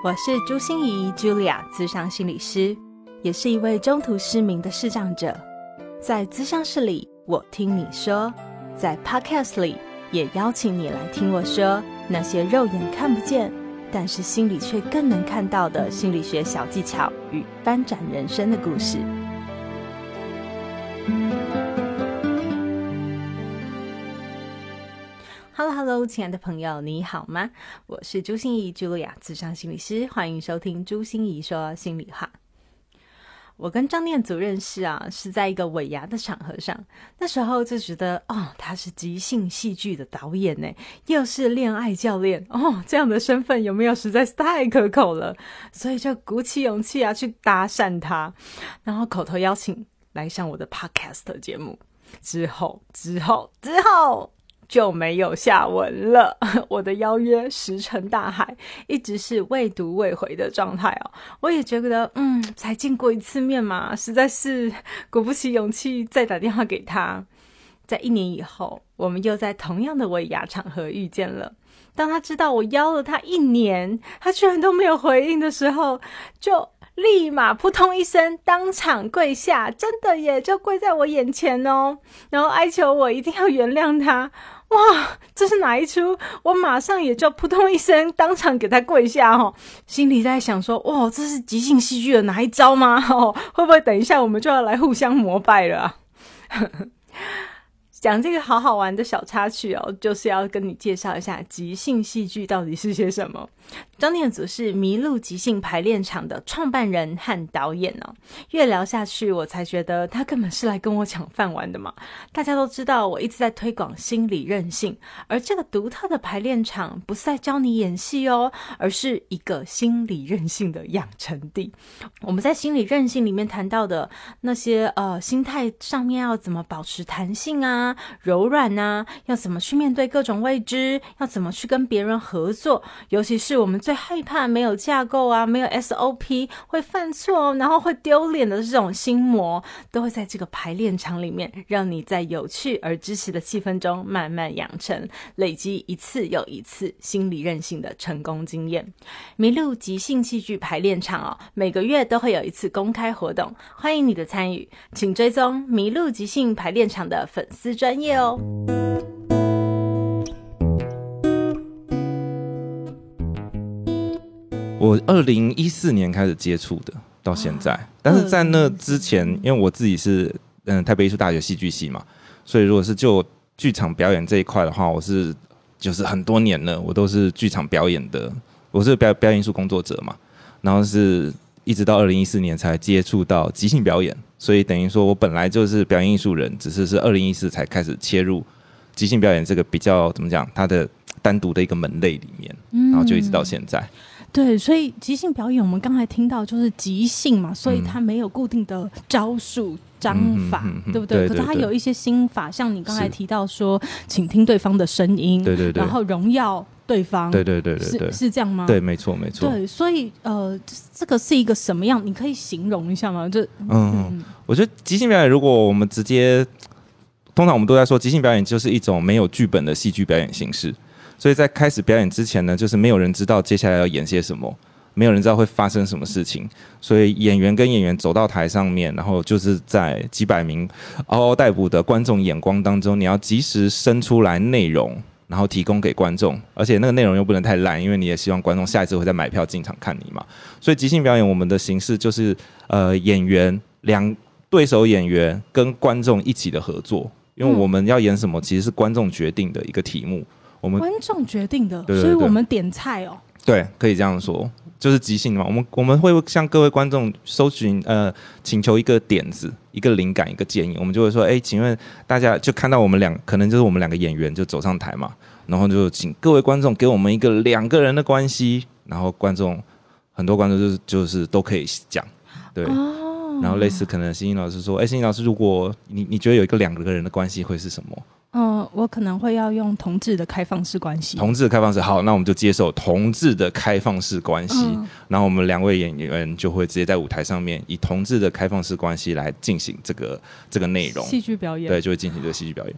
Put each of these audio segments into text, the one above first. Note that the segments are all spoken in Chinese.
我是朱心怡 Julia 諮商心理师，也是一位中途失明的视障者。在諮商室里，我听你说，在 Podcast 里也邀请你来听我说那些肉眼看不见但是心里却更能看到的心理学小技巧与翻转人生的故事。Hello， 亲爱的朋友，你好吗？我是朱心怡 Julia 諮商心理师，欢迎收听朱心怡说心里话。我跟张念祖认识是在一个尾牙的场合上，那时候就觉得他是即兴戏剧的导演呢，又是恋爱教练这样的身份有没有实在是太可口了，所以就鼓起勇气去搭讪他，然后口头邀请来上我的 podcast 节目。之后就没有下文了，我的邀约石沉大海，一直是未读未回的状态我也觉得才见过一次面嘛，实在是鼓不起勇气再打电话给他。在1年以后，我们又在同样的尾牙场合遇见了。当他知道我邀了他1年，他居然都没有回应的时候，就立马扑通一声当场跪下，真的耶，就跪在我眼前然后哀求我一定要原谅他。哇，这是哪一出？我马上也就扑通一声当场给他跪下心里在想说，哇，这是即兴戏剧的哪一招吗？会不会等一下我们就要来互相膜拜了讲这个好好玩的小插曲就是要跟你介绍一下即兴戏剧到底是些什么。张念祖是麋鹿即兴排练场的创办人和导演越聊下去我才觉得他根本是来跟我抢饭碗的嘛。大家都知道我一直在推广心理韧性，而这个独特的排练场不是在教你演戏而是一个心理韧性的养成地。我们在心理韧性里面谈到的那些心态上面要怎么保持弹性柔软要怎么去面对各种未知，要怎么去跟别人合作，尤其是我们最害怕没有架构没有 SOP 会犯错然后会丢脸的这种心魔，都会在这个排练场里面让你在有趣而支持的气氛中慢慢养成，累积一次又一次心理韧性的成功经验。麋鹿即兴戏剧排练场每个月都会有一次公开活动，欢迎你的参与，请追踪麋鹿即兴排练场的粉丝专页我2014年开始接触的，到现在但是在那之前因为我自己是台北艺术大学戏剧系嘛，所以如果是就剧场表演这一块的话，我是就是很多年了，我都是剧场表演的，我是表演艺术工作者嘛，然后是一直到2014年才接触到即兴表演，所以等于说我本来就是表演艺术人，只是2014才开始切入即兴表演这个比较怎么讲，它的单独的一个门类里面，然后就一直到现在。 对，所以即兴表演我们刚才听到就是即兴嘛，所以它没有固定的招数章法，对不对？可是它有一些心法，像你刚才提到说请听对方的声音，对，然后荣耀对方，对，是这样吗？ 对，没错。 对，所以这个是一个什么样？你可以形容一下吗？ 我觉得即兴表演，如果我们直接，通常我们都在说即兴表演就是一种没有剧本的戏剧表演形式。所以在开始表演之前呢，就是没有人知道接下来要演些什么，没有人知道会发生什么事情，所以演员跟演员走到台上面，然后就是在几百名嗷嗷待哺的观众眼光当中，你要及时生出来内容，然后提供给观众，而且那个内容又不能太烂，因为你也希望观众下一次会再买票进场看你嘛。所以即兴表演我们的形式就是演员对手演员跟观众一起的合作，因为我们要演什么其实是观众决定的一个题目， 观众决定的， 对， 所以我们点菜对，可以这样说，就是即兴嘛。我们会向各位观众搜寻请求一个点子、一个灵感、一个建议，我们就会说，请问大家就看到我们可能就是我们2个演员就走上台嘛，然后就请各位观众给我们一个2个人的关系，然后很多观众就是都可以讲，对。然后类似可能欣欣老师说，欣欣老师，如果你觉得有一个2个人的关系会是什么？ 我可能会要用同志的开放式关系。 同志的开放式，好，那我们就接受同志的开放式关系。然后我们2位演员就会直接在舞台上面以同志的开放式关系来进行这个内容， 戏剧表演。 对，就会进行这个戏剧表演。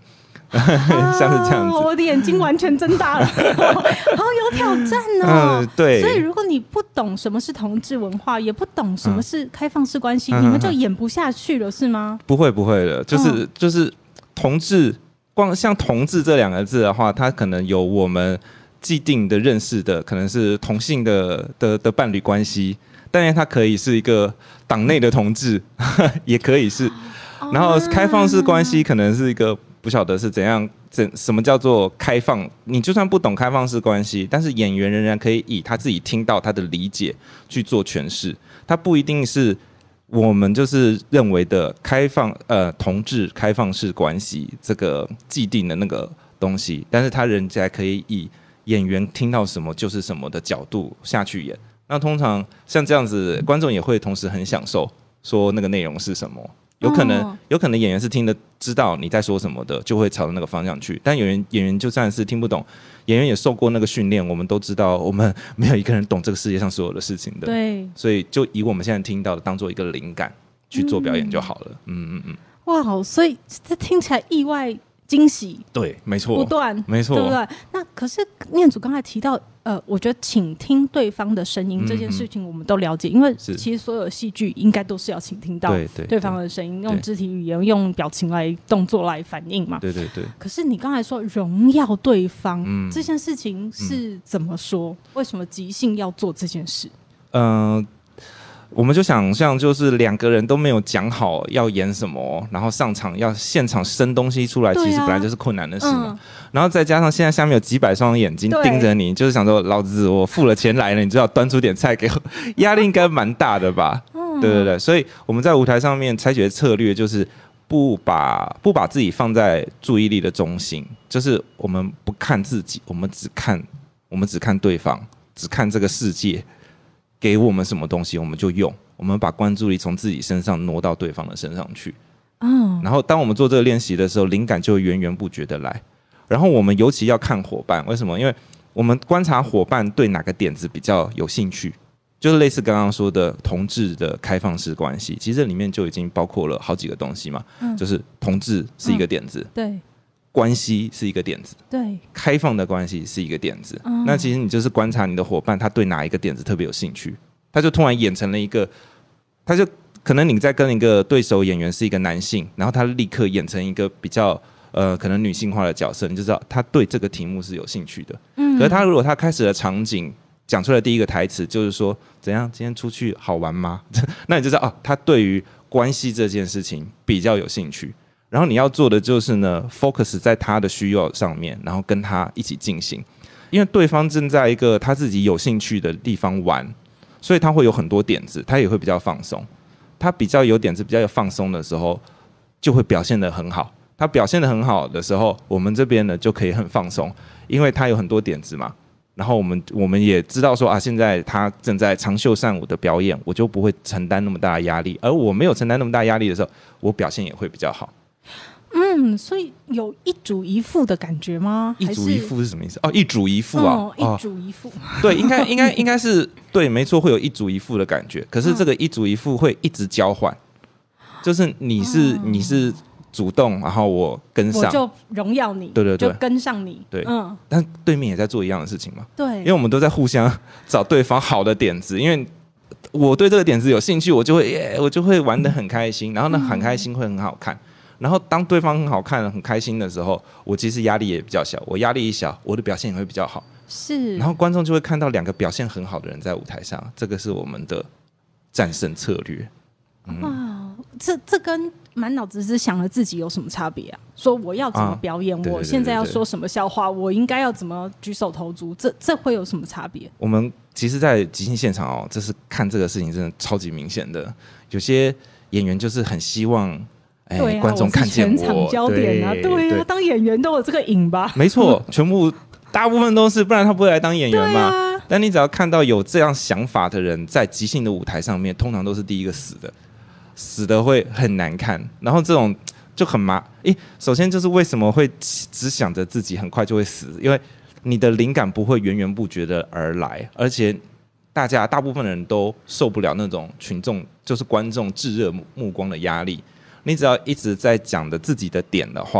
像是这样子。 我的眼睛完全睁大了，好有挑战哦。 对。 所以如果你不懂什么是同志文化，也不懂什么是开放式关系，你们就演不下去了，是吗？ 不会的，就是同志，光像同志这2个字的话，它可能有我们既定的认识的，可能是同性的伴侣关系，但是它可以是一个党内的同志，也可以是。然后开放式关系可能是一个不晓得是怎样，什么叫做开放？你就算不懂开放式关系，但是演员仍然可以以他自己听到他的理解去做诠释，他不一定是我们就是认为的同志开放式关系这个既定的那个东西，但是他人家可以以演员听到什么就是什么的角度下去演。那通常像这样子，观众也会同时很享受说那个内容是什么。有可能演员是听得知道你在说什么的，就会朝着那个方向去。但演员就算是听不懂，演员也受过那个训练，我们都知道，我们没有一个人懂这个世界上所有的事情的。 对， 所以就以我们现在听到的当做一个灵感去做表演就好了。 哇，所以这听起来意外惊喜， 对，没错， 不断， 没错， 对不对？那可是念祖刚才提到，我觉得倾听对方的声音这件事情，我们都了解，因为其实所有戏剧应该都是要倾听到对方的声音，用肢体语言、用表情来动作来反应嘛。 对。 可是你刚才说荣耀对方、这件事情是怎么说？为什么即兴要做这件事？ 我们就想象就是2个人都没有讲好要演什么，然后上场要现场生东西出来，其实本来就是困难的事嘛。然后再加上现在下面有几百双眼睛盯着你，就是想说老子我付了钱来了，你就要端出点菜给我，压力应该蛮大的吧？对，所以我们在舞台上面采取的策略就是不把自己放在注意力的中心，就是我们不看自己，我们只看对方，只看这个世界给我们什么东西我们就用，我们把关注力从自己身上挪到对方的身上去。然后当我们做这个练习的时候，灵感就会源源不绝的来。然后我们尤其要看伙伴，为什么？因为我们观察伙伴对哪个点子比较有兴趣，就是类似刚刚说的同志的开放式关系，其实这里面就已经包括了好几个东西嘛。就是同志是一个点子， 对， 关系是一个点子， 对， 开放的关系是一个点子。那其实你就是观察你的伙伴，他对哪一个点子特别有兴趣，他就突然演成了一个，他就可能你在跟一个对手演员是一个男性，然后他立刻演成一个比较可能女性化的角色，你就知道他对这个题目是有兴趣的。可是他如果他开始的场景讲出来的第一个台词就是说怎样，今天出去好玩吗？那你就知道他对于关系这件事情比较有兴趣。然后你要做的就是呢 ，focus 在他的需要上面，然后跟他一起进行，因为对方正在一个他自己有兴趣的地方玩，所以他会有很多点子，他也会比较放松。他比较有点子、比较有放松的时候，就会表现得很好。他表现得很好的时候，我们这边呢就可以很放松，因为他有很多点子嘛。然后我们也知道说啊，现在他正在长袖善舞的表演，我就不会承担那么大的压力。而我没有承担那么大压力的时候，我表现也会比较好。 所以有一主一副的感觉吗？ 一主一副是什么意思？一主一副啊， 一主一副。 对，应该是对，没错，会有一主一副的感觉。可是这个一主一副会一直交换，就是你是主动，然后我跟上， 我就荣耀你， 对， 就跟上你， 对，但对面也在做一样的事情嘛， 对， 因为我们都在互相找对方好的点子，因为我对这个点子有兴趣，我就会玩得很开心，然后呢，很开心会很好看。然后当对方很好看、很开心的时候，我其实压力也比较小。我压力一小，我的表现也会比较好。 是， 然后观众就会看到2个表现很好的人在舞台上，这个是我们的战胜策略。 哇，这跟满脑子只想了自己有什么差别啊？说我要怎么表演，我现在要说什么笑话，我应该要怎么举手投足，这会有什么差别？ 我们其实，在即兴现场这是看这个事情真的超级明显的。有些演员就是很希望。观众看见我， 全场焦点啊，对啊，当演员都有这个瘾吧？ 没错，大部分都是，不然他不会来当演员嘛。但你只要看到有这样想法的人在即兴的舞台上面，通常都是第一个死的会很难看。然后这种就很首先就是为什么会只想着自己很快就会死，因为你的灵感不会源源不绝的而来，而且大部分的人都受不了那种群众就是观众炙热目光的压力。你只要一直在讲的自己的点的话，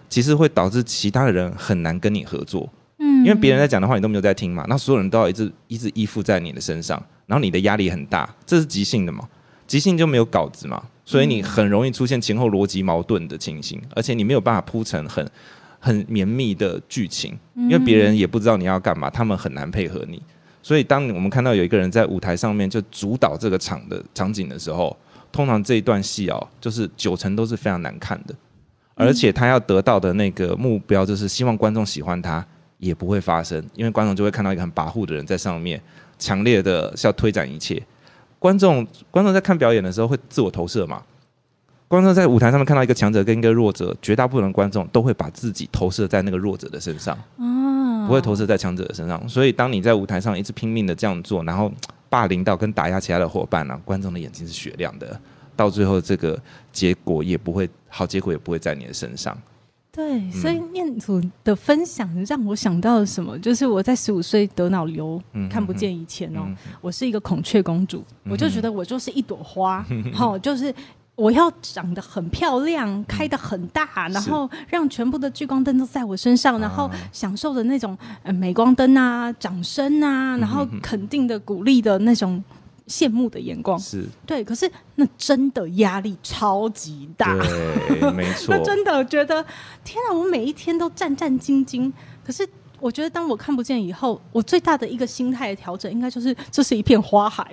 其实会导致其他的人很难跟你合作。因为别人在讲的话你都没有在听嘛，那所有人都要一直依附在你的身上，然后你的压力很大，这是即兴的嘛，即兴就没有稿子嘛，所以你很容易出现前后逻辑矛盾的情形，而且你没有办法铺成很绵密的剧情，因为别人也不知道你要干嘛，他们很难配合你。所以当我们看到有一个人在舞台上面就主导这个场景的时候，通常这一段戏就是90%都是非常难看的，而且他要得到的那个目标就是希望观众喜欢他，也不会发生，因为观众就会看到一个很跋扈的人在上面强烈的要推展一切。观众在看表演的时候会自我投射嘛，观众在舞台上面看到一个强者跟一个弱者，绝大部分的观众都会把自己投射在那个弱者的身上，不会投射在强者的身上。所以当你在舞台上一直拼命的这样做，然后霸凌到跟打压其他的伙伴观众的眼睛是雪亮的，到最后这个结果也不会好，结果也不会在你的身上。 对，所以念祖的分享让我想到了什么，就是我在15岁得脑瘤看不见以前我是一个孔雀公主，我就觉得我就是一朵花就是我要长得很漂亮，开得很大，然后让全部的聚光灯都在我身上，然后享受的那种镁光灯啊、掌声啊，然后肯定的、鼓励的那种羡慕的眼光，是对。可是那真的压力超级大， 对，没错。 那真的觉得天啊，我每一天都战战兢兢。可是我觉得当我看不见以后，我最大的一个心态的调整应该就是这是一片花海。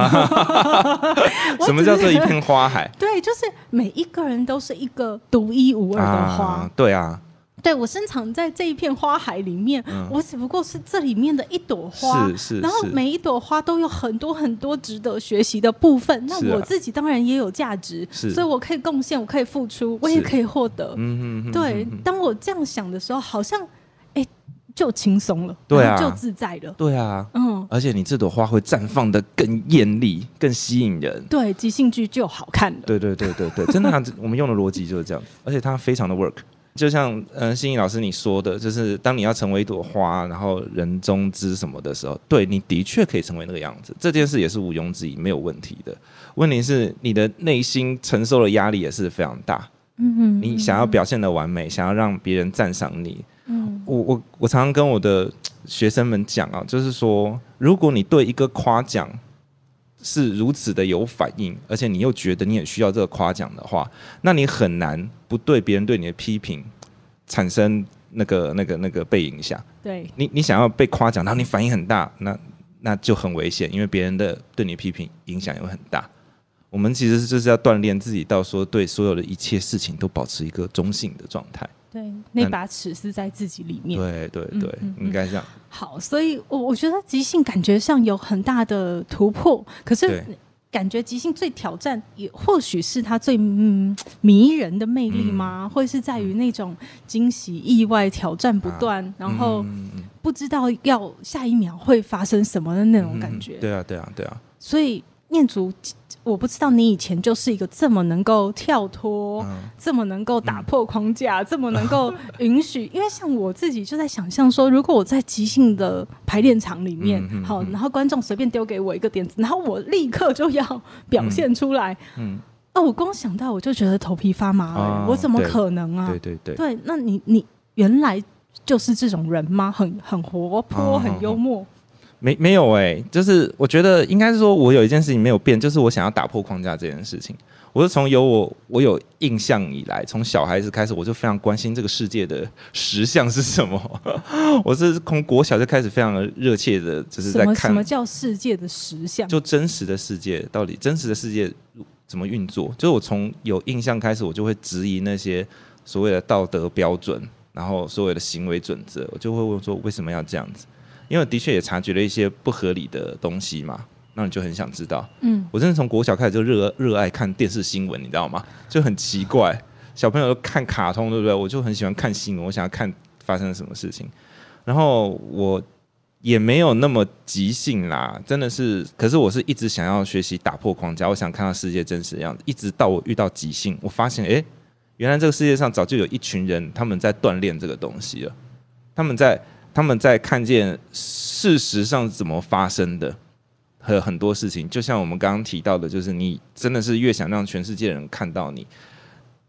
什么叫做一片花海？ 对，就是每一个人都是一个独一无二的花。 对啊， 对，我生长在这一片花海里面，我只不过是这里面的一朵花，然后每一朵花都有很多很多值得学习的部分。那我自己当然也有价值，所以我可以贡献，我可以付出，我也可以获得。对，当我这样想的时候，好像就轻松了， 对啊， 就自在了， 对啊，而且你这朵花会绽放的更艳丽、更吸引人。 对，即兴剧就好看了。 对，真的我们用的逻辑就是这样，而且它非常的 work。就像心怡老师你说的，就是当你要成为一朵花，然后人中之什么的时候，对，你的确可以成为那个样子，这件事也是毋庸置疑，没有问题的。问题是你的内心承受的压力也是非常大。你想要表现的完美，想要让别人赞赏你。我常常跟我的学生们讲就是说，如果你对一个夸奖是如此的有反应，而且你又觉得你很需要这个夸奖的话，那你很难不对别人对你的批评产生那个被影响。对，你想要被夸奖，然后你反应很大，那就很危险，因为别人的对你的批评影响也会很大。我们其实就是要锻炼自己，到说对所有的一切事情都保持一个中性的状态。对， 那把尺是在自己里面。 对，应该这样。 好，所以我觉得即兴感觉上有很大的突破，可是感觉即兴最挑战，也或许是它最迷人的魅力吗？或是在于那种惊喜、意外、挑战不断，然后不知道要下一秒会发生什么的那种感觉。 对啊。 所以念祖，我不知道你以前就是一个这么能够跳脱、这么能够打破框架、这么能够允许。因为像我自己就在想象说，如果我在即兴的排练场里面，好，然后观众随便丢给我一个点子，然后我立刻就要表现出来，我光想到我就觉得头皮发麻了，我怎么可能啊？对，那你原来就是这种人吗？很活泼，很幽默。 没有就是我觉得应该是说，我有一件事情没有变，就是我想要打破框架这件事情。我是从我有印象以来，从小孩子开始，我就非常关心这个世界的实相是什么。我是从国小就开始非常的热切的，就是在看什么叫世界的实相， 就真实的世界到底真实的世界怎么运作。就是我从有印象开始，我就会质疑那些所谓的道德标准，然后所谓的行为准则，我就会问说为什么要这样子。因为的确也察觉了一些不合理的东西嘛，那你就很想知道。我真的从国小开始就热爱看电视新闻，你知道吗？就很奇怪，小朋友都看卡通，对不对？我就很喜欢看新闻，我想要看发生了什么事情。然后我也没有那么即兴啦，真的是，可是我是一直想要学习打破框架，我想看到世界真实的样子。一直到我遇到即兴，我发现，原来这个世界上早就有一群人，他们在锻炼这个东西了，他们在看见事实上怎么发生的，还有很多事情，就像我们刚刚提到的，就是你真的是越想让全世界的人看到你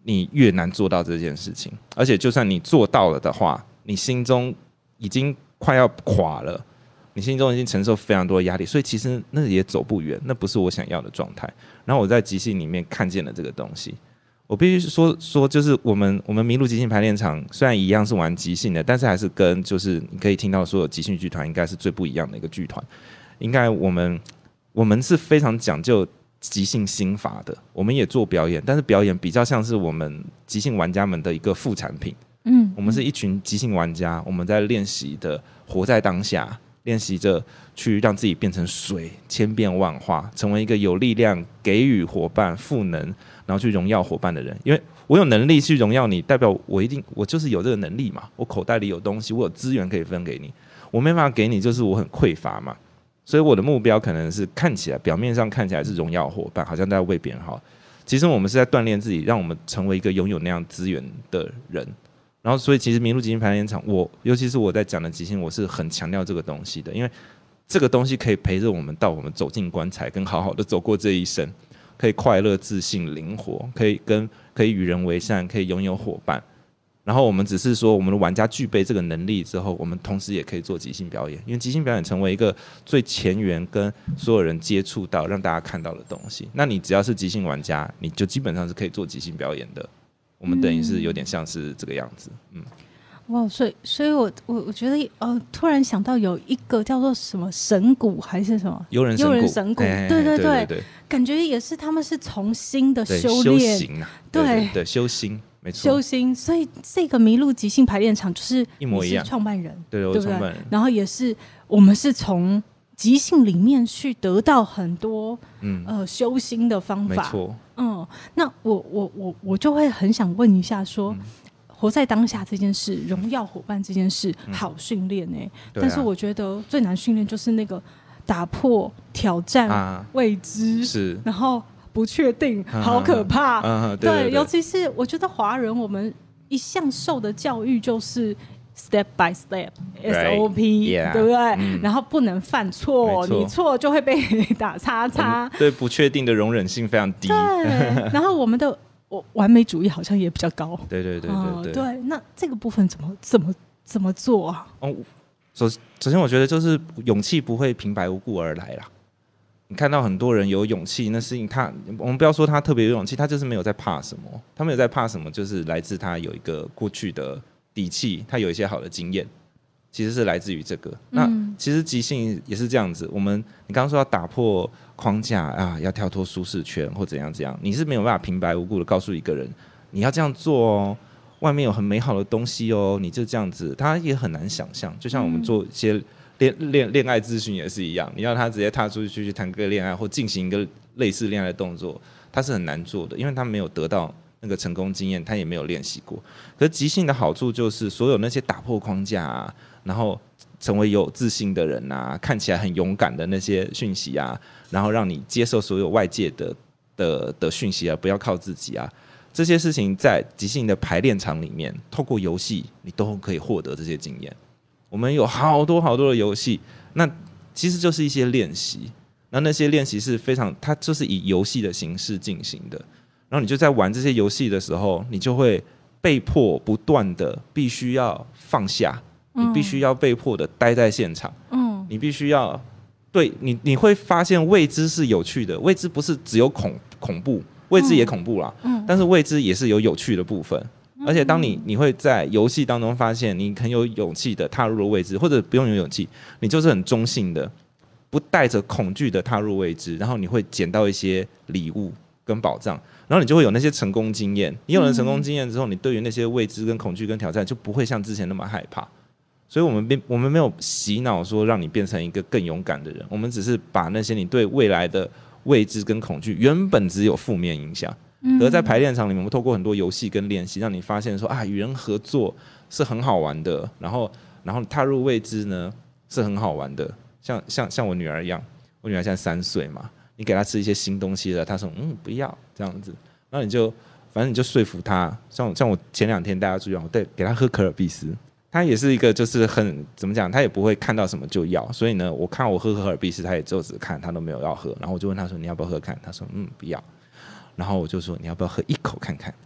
你越难做到这件事情。而且就算你做到了的话，你心中已经快要垮了，你心中已经承受非常多的压力，所以其实那也走不远，那不是我想要的状态。然后我在即兴里面看见了这个东西，我必须说，就是我们麋鹿即兴排练场虽然一样是玩即兴的，但是还是跟就是你可以听到所有即兴剧团应该是最不一样的一个剧团。应该我们是非常讲究即兴心法的，我们也做表演，但是表演比较像是我们即兴玩家们的一个副产品。我们是一群即兴玩家，我们在练习的活在当下，练习着去让自己变成水，千变万化，成为一个有力量给予伙伴赋能，然后去荣耀伙伴的人。因为我有能力去荣耀你，代表我就是有这个能力嘛，我口袋里有东西，我有资源可以分给你，我没办法给你，就是我很匮乏嘛。所以我的目标可能是表面上看起来是荣耀伙伴，好像在为别人好，其实我们是在锻炼自己，让我们成为一个拥有那样资源的人。然后所以其实麋鹿即兴排练场，尤其是我在讲的即兴，我是很强调这个东西的，因为这个东西可以陪着我们到我们走进棺材，跟好好的走过这一生，可以快乐、自信、灵活，可以与人为善，可以拥有伙伴。然后我们只是说，我们的玩家具备这个能力之后，我们同时也可以做即兴表演，因为即兴表演成为一个最前沿跟所有人接触到、让大家看到的东西。那你只要是即兴玩家，你就基本上是可以做即兴表演的。我们等于是有点像是这个样子。 哇，所以我觉得突然想到有一个叫做什么神鼓还是什么幽人神鼓， 对，感觉也是他们是从新的修炼， 修行啊，对，修心。没错， 修心，所以这个麋鹿即兴排练场就是一模一样， 创办人， 对，我创办人， 然后也是我们是从即兴里面去得到很多修心的方法， 没错， 那我就会很想问一下说，活在当下这件事，荣耀伙伴这件事，好训练但是我觉得最难训练就是那个打破、挑战、未知， 是， 然后不确定，好可怕。 对， 尤其是我觉得华人，我们一向受的教育就是 step by step SOP， 对不对？然后不能犯错，你错就会被打叉叉。 对不确定的容忍性非常低。 对，然后我们的完美主义好像也比较高。 对， 那这个部分怎么做啊？ 首先我觉得就是勇气不会平白无故而来啦。你看到很多人有勇气，那是因为我们不要说他特别有勇气，他就是没有在怕什么。他没有在怕什么，就是来自他有一个过去的底气，他有一些好的经验，其实是来自于这个。那其实即兴也是这样子。你刚刚说要打破框架啊，要跳脱舒适圈或怎样，你是没有办法平白无故的告诉一个人你要这样做哦，外面有很美好的东西哦，你就这样子，他也很难想象。就像我们做一些恋爱咨询也是一样，你要他直接踏出去谈个恋爱或进行一个类似恋爱的动作，他是很难做的，因为他没有得到那个成功经验，他也没有练习过。可是即兴的好处就是所有那些打破框架啊，然后成为有自信的人啊，看起来很勇敢的那些讯息啊，然后让你接受所有外界的讯息啊，不要靠自己啊，这些事情在即兴的排练场里面，透过游戏你都可以获得这些经验。我们有好多好多的游戏，那其实就是一些练习，那些练习是非常，它就是以游戏的形式进行的。然后你就在玩这些游戏的时候，你就会被迫不断的必须要放下，你必须要被迫的待在现场，你必须要对你会发现未知是有趣的，未知不是只有恐怖，未知也恐怖啦，但是未知也是有趣的部分。而且当你会在游戏当中发现你很有勇气的踏入了未知，或者不用有勇气，你就是很中性的不带着恐惧的踏入未知，然后你会捡到一些礼物跟宝藏，然后你就会有那些成功经验。你有了成功经验之后，你对于那些未知跟恐惧跟挑战就不会像之前那么害怕。所以我们没有洗脑说让你变成一个更勇敢的人，我们只是把那些你对未来的未知跟恐惧原本只有负面影响，而在排练场里面，我们透过很多游戏跟练习，让你发现说啊，与人合作是很好玩的，然后踏入未知呢是很好玩的。像我女儿一样，我女儿现在3岁嘛，你给她吃一些新东西了，她说不要这样子，然后反正你就说服她。像我前2天带她出去玩，我给她喝可尔必斯，她也是一个就是很怎么讲，她也不会看到什么就要，所以呢，我看我喝可尔必斯，她也就只看，她都没有要喝。然后我就问她说你要不要喝看，她说不要。然后我就说你要不要喝1口看看，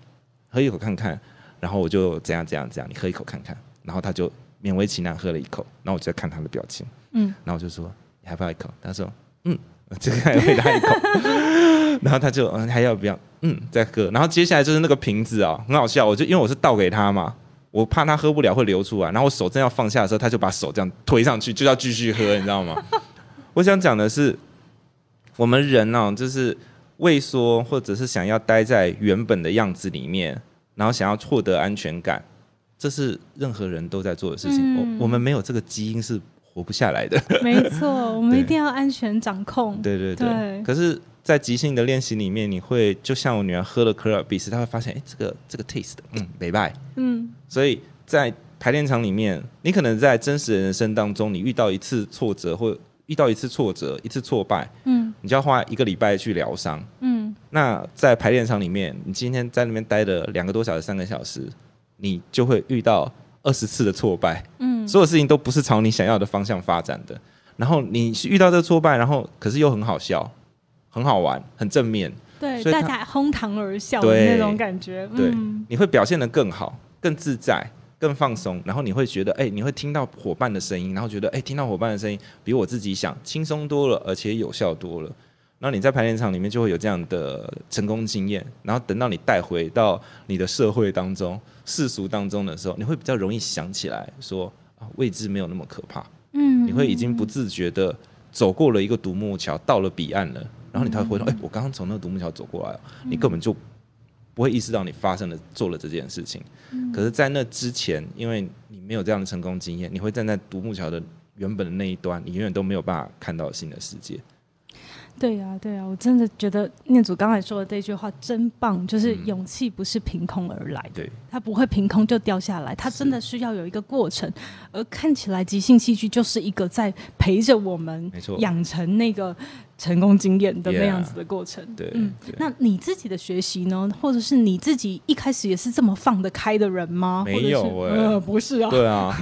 喝一口看看，然后我就怎样怎样怎样，你喝一口看看，然后他就勉为其难喝了一口，然后我就在看他的表情，然后我就说你还不要一口？他说这个还回答一口，然后他就还要不要？再喝，然后接下来就是那个瓶子啊，很好笑，因为我是倒给他嘛。我怕他喝不了会流出来，然后我手正要放下的时候，他就把手这样推上去，就要继续喝，你知道吗？我想讲的是，我们人就是畏缩，或者是想要待在原本的样子里面，然后想要获得安全感，这是任何人都在做的事情。我们没有这个基因是活不下来的。没错，我们一定要安全掌控。 对对 对。可是，在即兴的练习里面，你会就像我女儿喝了可尔必斯，她会发现，这个 taste，没败。所以在排练场里面，你可能在真实的人生当中，你遇到一次挫折，或遇到一次挫折、一次挫败，你就要花1个礼拜去疗伤。那在排练场里面，你今天在那边待了2个多小时、3个小时，你就会遇到20次的挫败。所有事情都不是朝你想要的方向发展的。然后你遇到这个挫败，然后可是又很好笑、很好玩、很正面， 对，大家哄堂而笑的那种感觉。 对，你会表现得更好。更自在，更放松，然后你会觉得，你会听到伙伴的声音，然后觉得，听到伙伴的声音比我自己想轻松多了，而且有效多了。然后你在排练场里面就会有这样的成功经验，然后等到你带回到你的社会当中、世俗当中的时候，你会比较容易想起来说，未知没有那么可怕。你会已经不自觉的走过了一个独木桥，到了彼岸了，然后你才会回头，我刚刚从那个独木桥走过来，你根本就不会意识到你做了这件事情。可是在那之前，因为你没有这样的成功经验，你会站在独木桥的原本的那一端，你永远都没有办法看到新的世界。 对啊，我真的觉得念祖刚才说的这句话真棒，就是勇气不是凭空而来的，它不会凭空就掉下来，它真的需要有一个过程。而看起来即兴戏剧就是一个在陪着我们养成那个成功经验的那样子的过程。 对， 那你自己的学习呢？或者是你自己一开始也是这么放得开的人吗？ 没有不是啊。 对啊，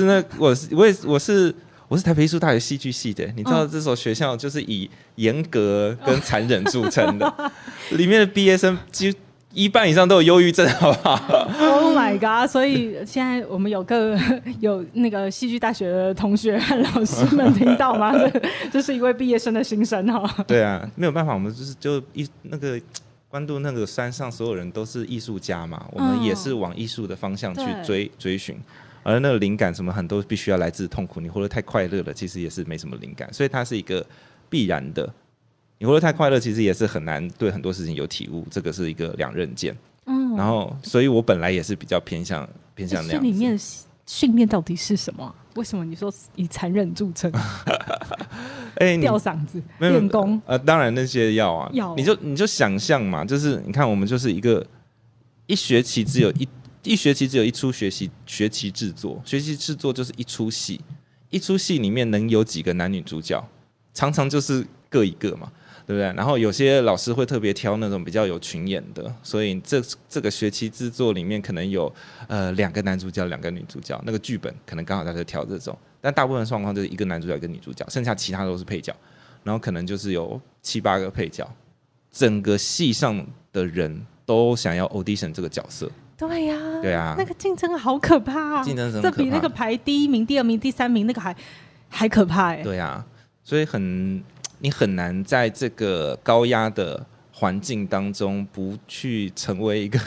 我是台北艺术大学戏剧系的，你知道这所学校就是以严格跟残忍著称的，里面的毕业生几乎1半以上都有忧郁症，好不好 ？Oh my god！ 所以现在我们有那个戏剧大学的同学和老师们听到吗？这是一位毕业生的心声哈。 对啊，没有办法，我们那个关渡那个山上所有人都是艺术家嘛，我们也是往艺术的方向去追寻。而那个灵感什么很多必须要来自痛苦，你活得太快乐了，其实也是没什么灵感，所以它是一个必然的。你活得太快乐，其实也是很难对很多事情有体悟，这个是一个两刃剑。然后，所以我本来也是比较偏向那样子。 这里面训练到底是什么？为什么你说以残忍著称？吊嗓子、练功？ 当然那些要啊，你就想象嘛，就是你看我们就是一学期只有一出学期制作，学期制作就是一出戏，一出戏里面能有几个男女主角，常常就是各一个嘛，对不对？然后有些老师会特别挑那种比较有群演的，所以这个学期制作里面可能有2个男主角2个女主角，那个剧本可能刚好在这挑这种，但大部分状况就是1个男主角1个女主角，剩下其他都是配角，然后可能就是有7、8个配角，整个戏上的人都想要 audition 这个角色。 对呀、 对啊， 那个竞争好可怕啊！ 竞争很可怕， 这比那个排第1名、第2名、第3名那个还可怕哎。 对啊，所以你很难在这个高压的环境当中不去成为一个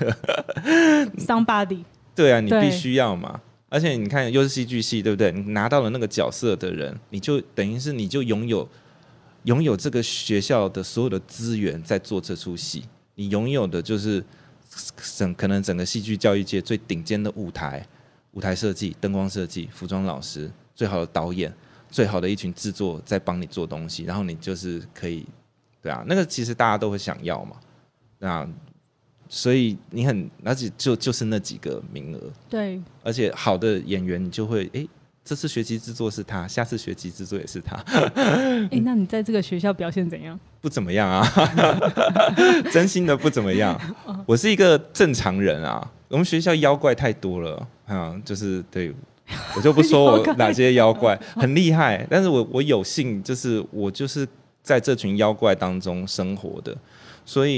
somebody。 对啊，你必须要嘛。而且你看，又是戏剧系，对不对？你拿到了那个角色的人，你就等于是你就拥有这个学校的所有的资源在做这出戏，你拥有的就是可能整个戏剧教育界最顶尖的舞台设计、灯光设计、服装老师、最好的导演、最好的一群制作在帮你做东西，然后你就是可以，对啊，那个其实大家都会想要嘛，那所以而且就是那几个名额， 对， 而且好的演员你就会这次学期制作是他，下次学期制作也是他。 那你在这个学校表现怎样？ 不怎么样啊，真心的不怎么样。我是一个正常人啊，我们学校妖怪太多了就是对，我就不说我哪些妖怪很厉害，但是我有幸就是我就是在这群妖怪当中生活的，所以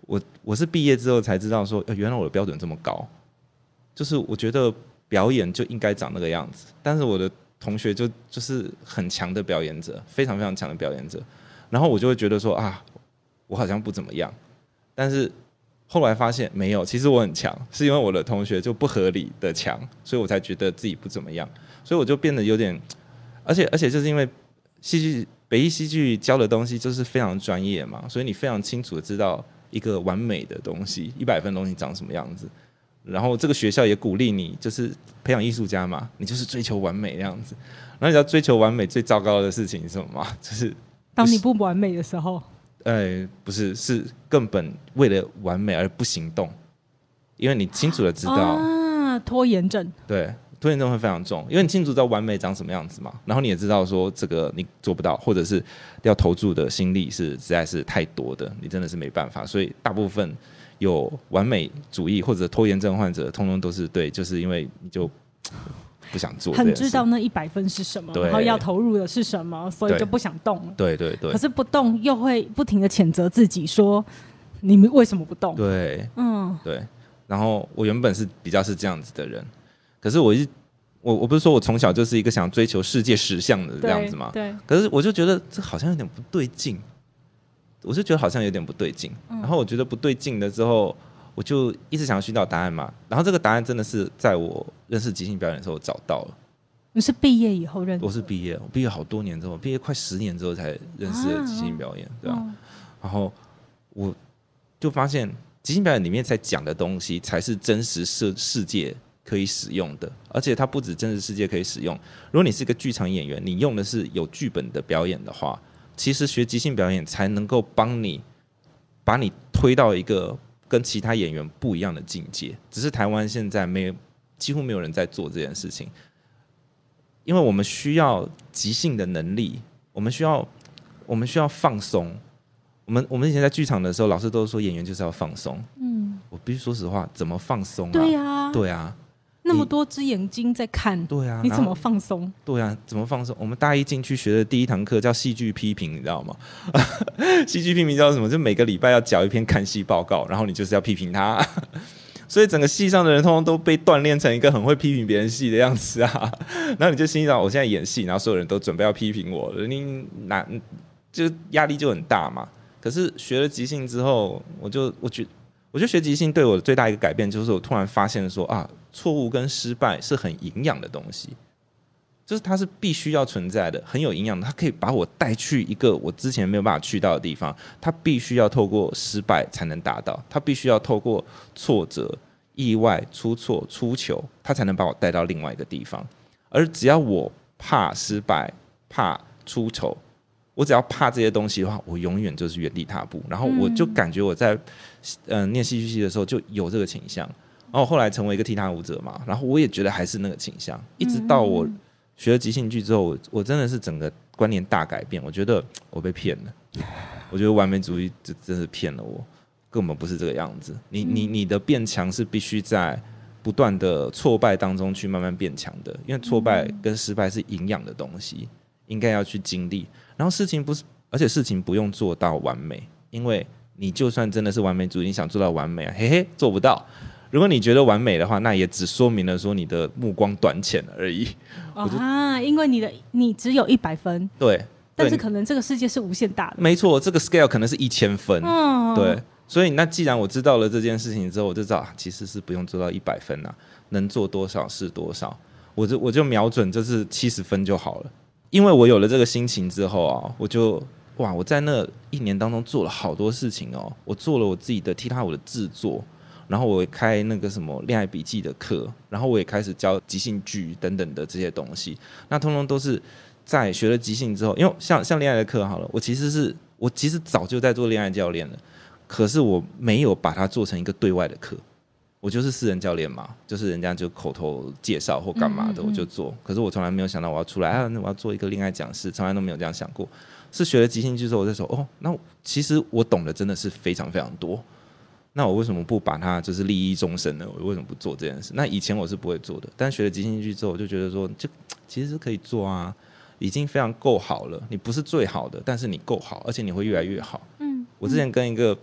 我是毕业之后才知道说，原来我的标准这么高，就是我觉得表演就应该长那个样子，但是我的同学就是很强的表演者，非常非常强的表演者，然后我就会觉得说啊，我好像不怎么样，但是后来发现没有，其实我很强，是因为我的同学就不合理的强，所以我才觉得自己不怎么样，所以我就变得有点，而且就是因为北艺戏剧教的东西就是非常专业嘛，所以你非常清楚的知道一个完美的东西，100分的东西长什么样子。然后这个学校也鼓励你，就是培养艺术家嘛，你就是追求完美那样子。然后你知道追求完美最糟糕的事情是什么吗？就是当你不完美的时候。 不是，是根本为了完美而不行动，因为你清楚的知道拖延症。 对，拖延症会非常重，因为你清楚知道完美长什么样子嘛，然后你也知道说这个你做不到，或者是要投注的心力是实在是太多的，你真的是没办法，所以大部分有完美主义或者拖延症患者，通通都是对，就是因为你就不想做， 很知道那100分是什么，然后要投入的是什么，所以就不想动了。 对对对。 可是不动又会不停的谴责自己，说你为什么不动？ 对，对。然后我原本是比较是这样子的人，可是我不是说我从小就是一个想追求世界实相的这样子吗？ 对。 可是我就觉得这好像有点不对劲，我就觉得好像有点不对劲。然后我觉得不对劲了之后，我就一直想要寻找答案嘛，然后这个答案真的是在我认识即兴表演的时候找到了。 你是毕业以后认识？ 我是毕业，我毕业好多年之后，毕业快10年之后才认识了即兴表演，对吧？然后我就发现即兴表演里面在讲的东西才是真实世界可以使用的，而且它不止真实世界可以使用。如果你是一个剧场演员，你用的是有剧本的表演的话，其实学即兴表演才能够帮你把你推到一个跟其他演员不一样的境界，只是台湾现在几乎没有人在做这件事情，因为我们需要即兴的能力，我们需要放松。我们以前在剧场的时候，老师都说演员就是要放松。我必须说实话，怎么放松啊？对啊， 那么多只眼睛在看， 对啊， 你怎么放松？ 对啊，怎么放松？我们大一进去学的第一堂课叫戏剧批评，你知道吗？戏剧批评叫什么？就每个礼拜要缴一篇看戏报告，然后你就是要批评他。所以整个戏上的人通通都被锻炼成一个很会批评别人戏的样子啊。然后你就心想，我现在演戏，然后所有人都准备要批评我了，就压力就很大嘛。可是学了即兴之后，我觉得学即兴对我的最大一个改变就是我突然发现说啊，错误跟失败是很营养的东西，就是它是必须要存在的，很有营养的，它可以把我带去一个我之前没有办法去到的地方，它必须要透过失败才能达到，它必须要透过挫折、意外、出错、出糗，它才能把我带到另外一个地方。而只要我怕失败、怕出丑，我只要怕这些东西的话，我永远就是原地踏步。然后我就感觉我在念戏剧系的时候就有这个倾向，然后后来成为一个踢踏舞者嘛，然后我也觉得还是那个倾向，一直到我学了即兴剧之后，我真的是整个观念大改变。我觉得我被骗了，我觉得完美主义真是骗了我，根本不是这个样子。你的变强是必须在不断的挫败当中去慢慢变强的，因为挫败跟失败是营养的东西，应该要去经历。然后而且事情不用做到完美，因为你就算真的是完美主义，你想做到完美啊，嘿嘿，做不到。如果你觉得完美的话，那也只说明了说你的目光短浅而已。 因为你只有100分， 对， 但是可能这个世界是无限大的。 没错，这个 scale 可能是1000分。对，所以那既然我知道了这件事情之后，我就知道其实是不用做到100分啊，能做多少是多少。我就瞄准就是70分就好了。因为我有了这个心情之后啊，我在那1年当中做了好多事情哦。我做了我自己的踢踏舞的制作，然后我也开那个什么恋爱笔记的课，然后我也开始教即兴剧等等的这些东西。那通通都是在学了即兴之后，因为像恋爱的课好了，我其实早就在做恋爱教练了，可是我没有把它做成一个对外的课。我就是私人教练嘛，就是人家就口头介绍或干嘛的我就做，可是我从来没有想到我要出来我要做一个恋爱讲师，从来都没有这样想过。是学了即兴剧之后，我就说那其实我懂的真的是非常非常多，那我为什么不把它就是利益终身呢？我为什么不做这件事？那以前我是不会做的，但学了即兴剧之后，我就觉得说就其实是可以做啊，已经非常够好了。你不是最好的，但是你够好，而且你会越来越好。我之前跟一个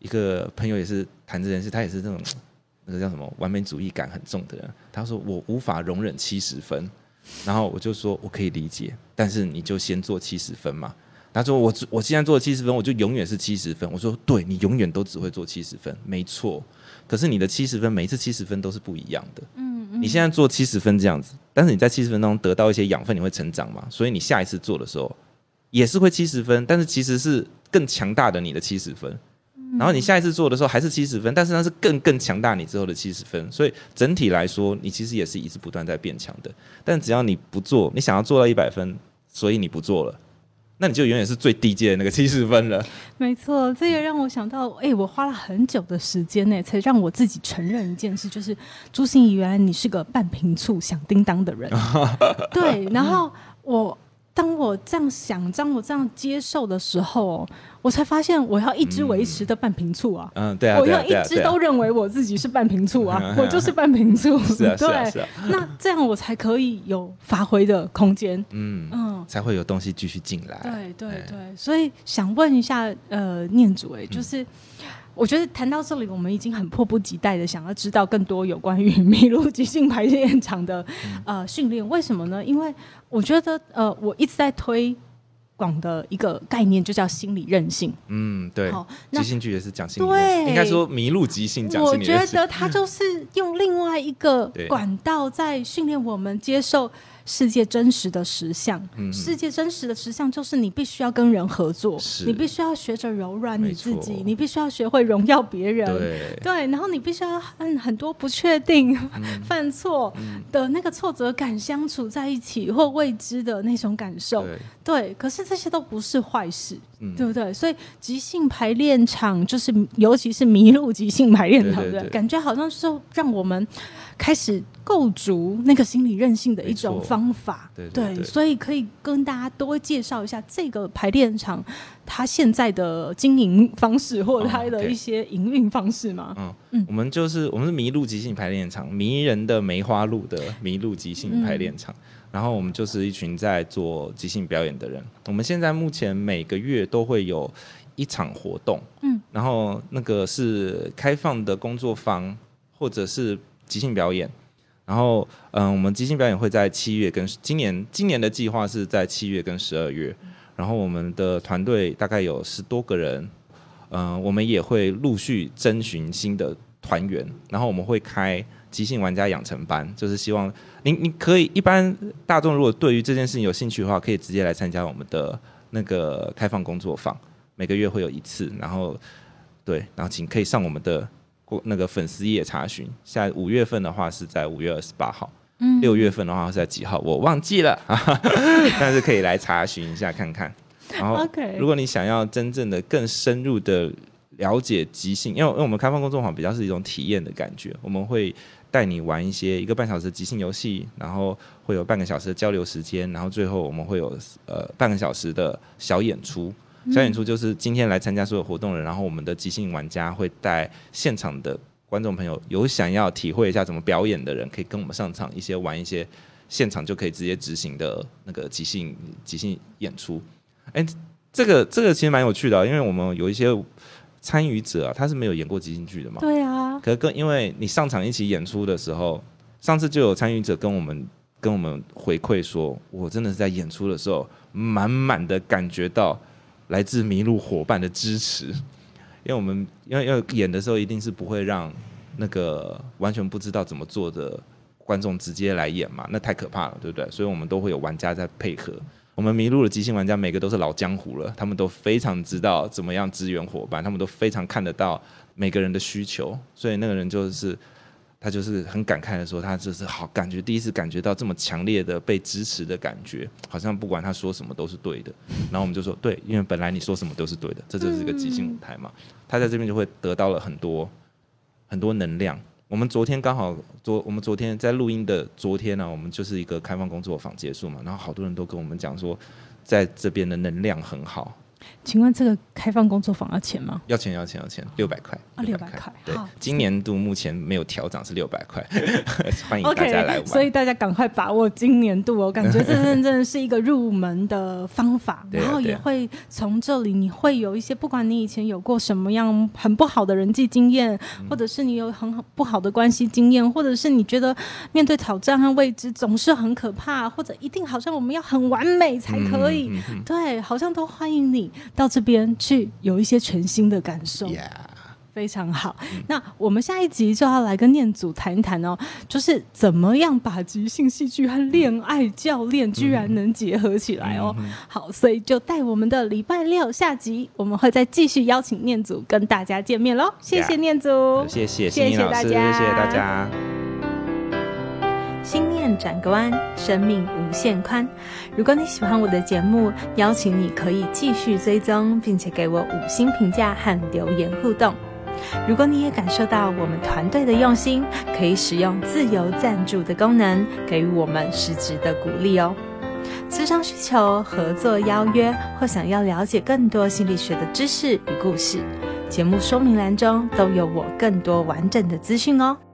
一个朋友也是谈这件事，他也是那种那个叫什么完美主义感很重的人，他说我无法容忍70分，然后我就说我可以理解，但是你就先做70分嘛。他说我现在做70分，我就永远是70分。我说对，你永远都只会做70分，没错。可是你的70分，每一次70分都是不一样的。你现在做70分这样子，但是你在70分当中得到一些养分，你会成长嘛？所以你下一次做的时候也是会70分，但是其实是更强大的你的70分。然后你下一次做的时候还是70分，但是那是更强大你之后的70分。所以整体来说，你其实也是一直不断在变强的。但只要你不做，你想要做到100分，所以你不做了。那你就永远是最低阶的那个70分了。 没错，这也让我想到，我花了很久的时间呢，才让我自己承认一件事，就是朱心怡，原来你是个半瓶醋响叮当的人。对，然后当我这样想，当我这样接受的时候，我才发现我要一直维持的半瓶醋啊。 对啊， 我要一直都认为我自己是半瓶醋啊，我就是半瓶醋。 是啊， 对，那这样我才可以有发挥的空间。 才会有东西继续进来。 对，所以想问一下念祖，就是我觉得谈到这里，我们已经很迫不及待的想要知道更多有关于麋鹿即兴排练场的训练。为什么呢？因为我觉得我一直在推广的一个概念就叫心理韧性。 对，即兴剧也是讲心理韧性，应该说麋鹿即兴讲心理韧性。 我觉得它就是用另外一个管道在训练我们接受世界真实的实相。世界真实的实相就是你必须要跟人合作，你必须要学着柔软你自己，你必须要学会荣耀别人。对，然后你必须要和很多不确定、犯错的那个挫折感相处在一起，或未知的那种感受。对，可是这些都不是坏事，对不对？所以即兴排练场就是，尤其是麋鹿即兴排练场，对，感觉好像是让我们开始构筑那个心理韧性的一种方法。对，所以可以跟大家多介绍一下这个排练场它现在的经营方式，或者它的一些营运方式吗？ 我们是麋鹿即兴排练场，迷人的梅花鹿的麋鹿即兴排练场。然后我们就是一群在做即兴表演的人。我们现在目前每个月都会有一场活动，然后那个是开放的工作坊或者是即兴表演。然后我们即兴表演会在7月跟今年的计划是在7月跟12月。然后我们的团队大概有10多个人，我们也会陆续征询新的团员，然后我们会开即兴玩家养成班，就是希望你可以，一般大众如果对于这件事情有兴趣的话，可以直接来参加我们的那个开放工作坊，每个月会有1次，然后请可以上我们的那个粉丝页查询。下5月份的话是在5月28号，6月份的话是在几号我忘记了但是可以来查询一下看看。然后如果你想要真正的更深入的了解即兴，因为我们开放工作坊比较是一种体验的感觉，我们会带你玩一些1个半小时的即兴游戏，然后会有半个小时的交流时间，然后最后我们会有半个小时的小演出。小演出就是今天来参加所有活动的人，然后我们的即兴玩家会带现场的观众朋友，有想要体会一下怎么表演的人，可以跟我们上场玩一些现场就可以直接执行的那个即兴演出。这个其实蛮有趣的，因为我们有一些参与者他是没有演过即兴剧的嘛。 对啊。 可是因为你上场一起演出的时候，上次就有参与者跟我们回馈说，我真的是在演出的时候满满的感觉到来自麋鹿伙伴的支持。因为我们因为演的时候一定是不会让那个完全不知道怎么做的观众直接来演嘛，那太可怕了，对不对？所以我们都会有玩家在配合。我们麋鹿的即兴玩家每个都是老江湖了，他们都非常知道怎么样支援伙伴，他们都非常看得到每个人的需求，所以那个人他就是很感慨的说，他就是第一次感觉到这么强烈的被支持的感觉，好像不管他说什么都是对的。然后我们就说对，因为本来你说什么都是对的，这就是一个即兴舞台嘛。他在这边就会得到了很多很多能量。我们昨天在录音的昨天呢，我们就是一个开放工作坊结束嘛，然后好多人都跟我们讲说，在这边的能量很好。 请问这个开放工作坊要钱吗？ 要钱，600块 600块。 对好， 今年度目前没有调涨，是600块，欢迎大家来玩。 所以大家赶快把握今年度哦，感觉这真的是一个入门的方法，然后也会从这里你会有一些，不管你以前有过什么样很不好的人际经验，或者是你有很不好的关系经验，或者是你觉得面对挑战和未知总是很可怕，或者一定好像我们要很完美才可以，对，好像都欢迎你到这边去有一些全新的感受。非常好，那我们下一集就要来跟念祖谈一谈哦，就是怎么样把即兴戏剧和恋爱教练居然能结合起来哦。好，所以就带我们的礼拜六下集，我们会再继续邀请念祖跟大家见面咯。谢谢念祖， 谢谢心怡老师，谢谢大家。 心念转个弯，生命无限宽。如果你喜欢我的节目，邀请你可以继续追踪，并且给我5星评价和留言互动。如果你也感受到我们团队的用心，可以使用自由赞助的功能，给予我们实质的鼓励哦。咨商需求、合作邀约，或想要了解更多心理学的知识与故事，节目说明栏中都有我更多完整的资讯哦。